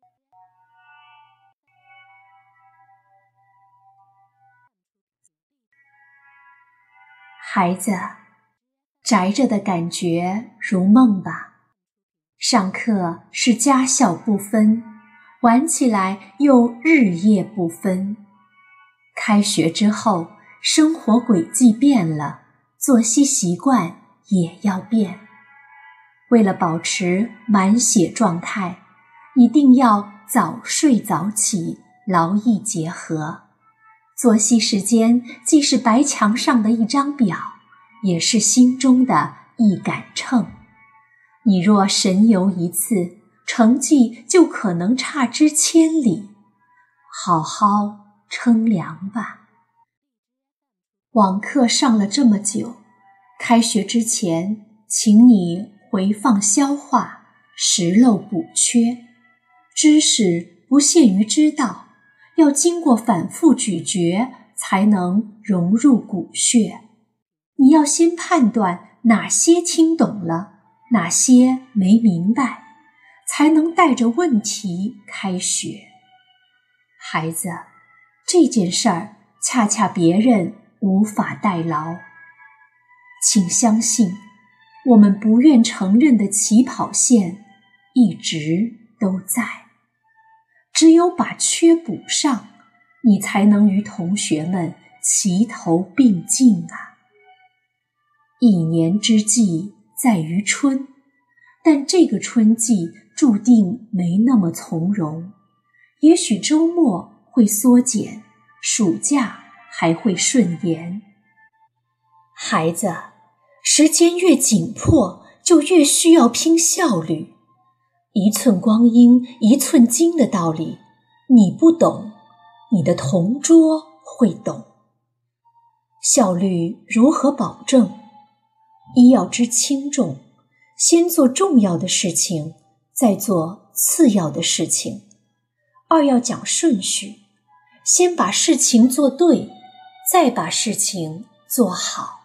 孩子，宅着的感觉如梦吧。上课是家校不分，玩起来又日夜不分。开学之后，生活轨迹变了，作息习惯也要变。为了保持满血状态，一定要早睡早起，劳逸结合。作息时间既是白墙上的一张表，也是心中的一杆秤。你若神游一次，成绩就可能差之千里。好好称量吧。网课上了这么久，开学之前，请你回放消化，拾漏补缺。知识不限于知道，要经过反复咀嚼，才能融入骨血。你要先判断哪些听懂了，哪些没明白，才能带着问题开学。孩子，这件事儿恰恰别人无法代劳。请相信，我们不愿承认的起跑线一直都在。只有把缺补上，你才能与同学们齐头并进啊。一年之计在于春，但这个春季注定没那么从容。也许周末会缩减，暑假还会顺延。孩子，时间越紧迫，就越需要拼效率。一寸光阴一寸金的道理，你不懂，你的同桌会懂。效率如何保证？一要知轻重，先做重要的事情，再做次要的事情。二要讲顺序，先把事情做对，再把事情做好。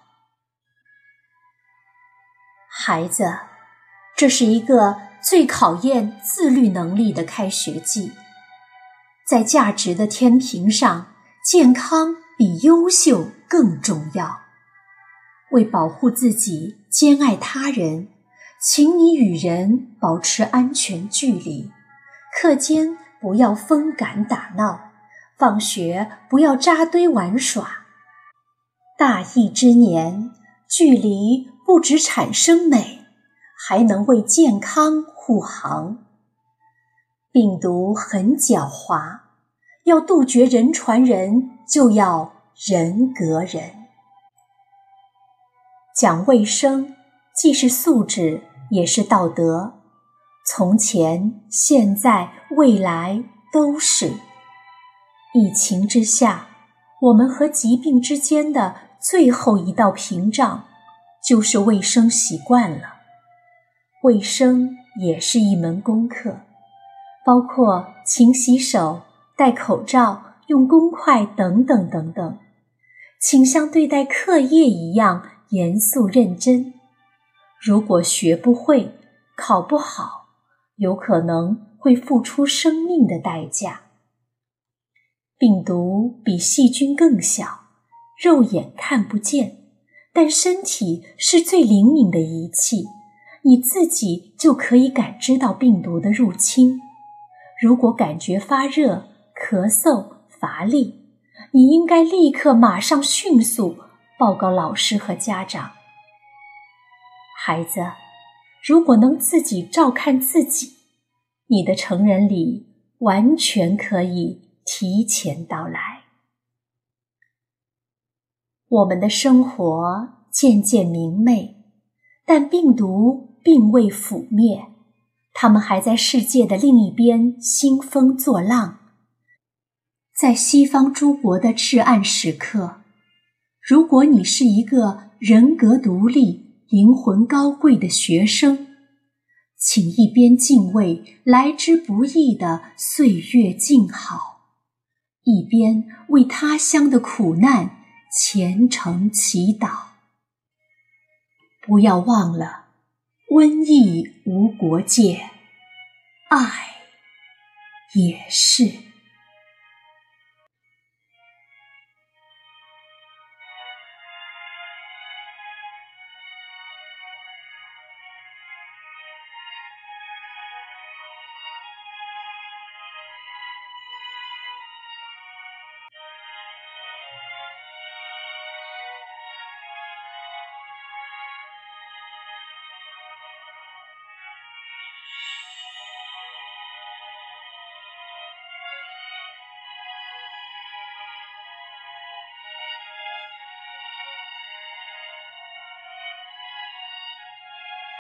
孩子，这是一个最考验自律能力的开学季。在价值的天平上，健康比优秀更重要。为保护自己，兼爱他人，请你与人保持安全距离。课间不要疯赶打闹，放学不要扎堆玩耍。大疫之年，距离不只产生美，还能为健康护航。病毒很狡猾，要杜绝人传人，就要人隔人。讲卫生，既是素质，也是道德。从前、现在、未来都是。疫情之下，我们和疾病之间的最后一道屏障，就是卫生习惯了。卫生也是一门功课，包括勤洗手、戴口罩、用公筷等等等等。请像对待课业一样严肃认真。如果学不会，考不好，有可能会付出生命的代价。病毒比细菌更小，肉眼看不见，但身体是最灵敏的仪器，你自己就可以感知到病毒的入侵。如果感觉发热、咳嗽、乏力，你应该立刻马上迅速报告老师和家长。孩子，如果能自己照看自己，你的成人礼完全可以提前到来。我们的生活渐渐明媚，但病毒并未覆灭，它们还在世界的另一边兴风作浪。在西方诸国的至暗时刻，如果你是一个人格独立、灵魂高贵的学生，请一边敬畏来之不易的岁月静好，一边为他乡的苦难虔诚祈祷。不要忘了，瘟疫无国界，爱也是。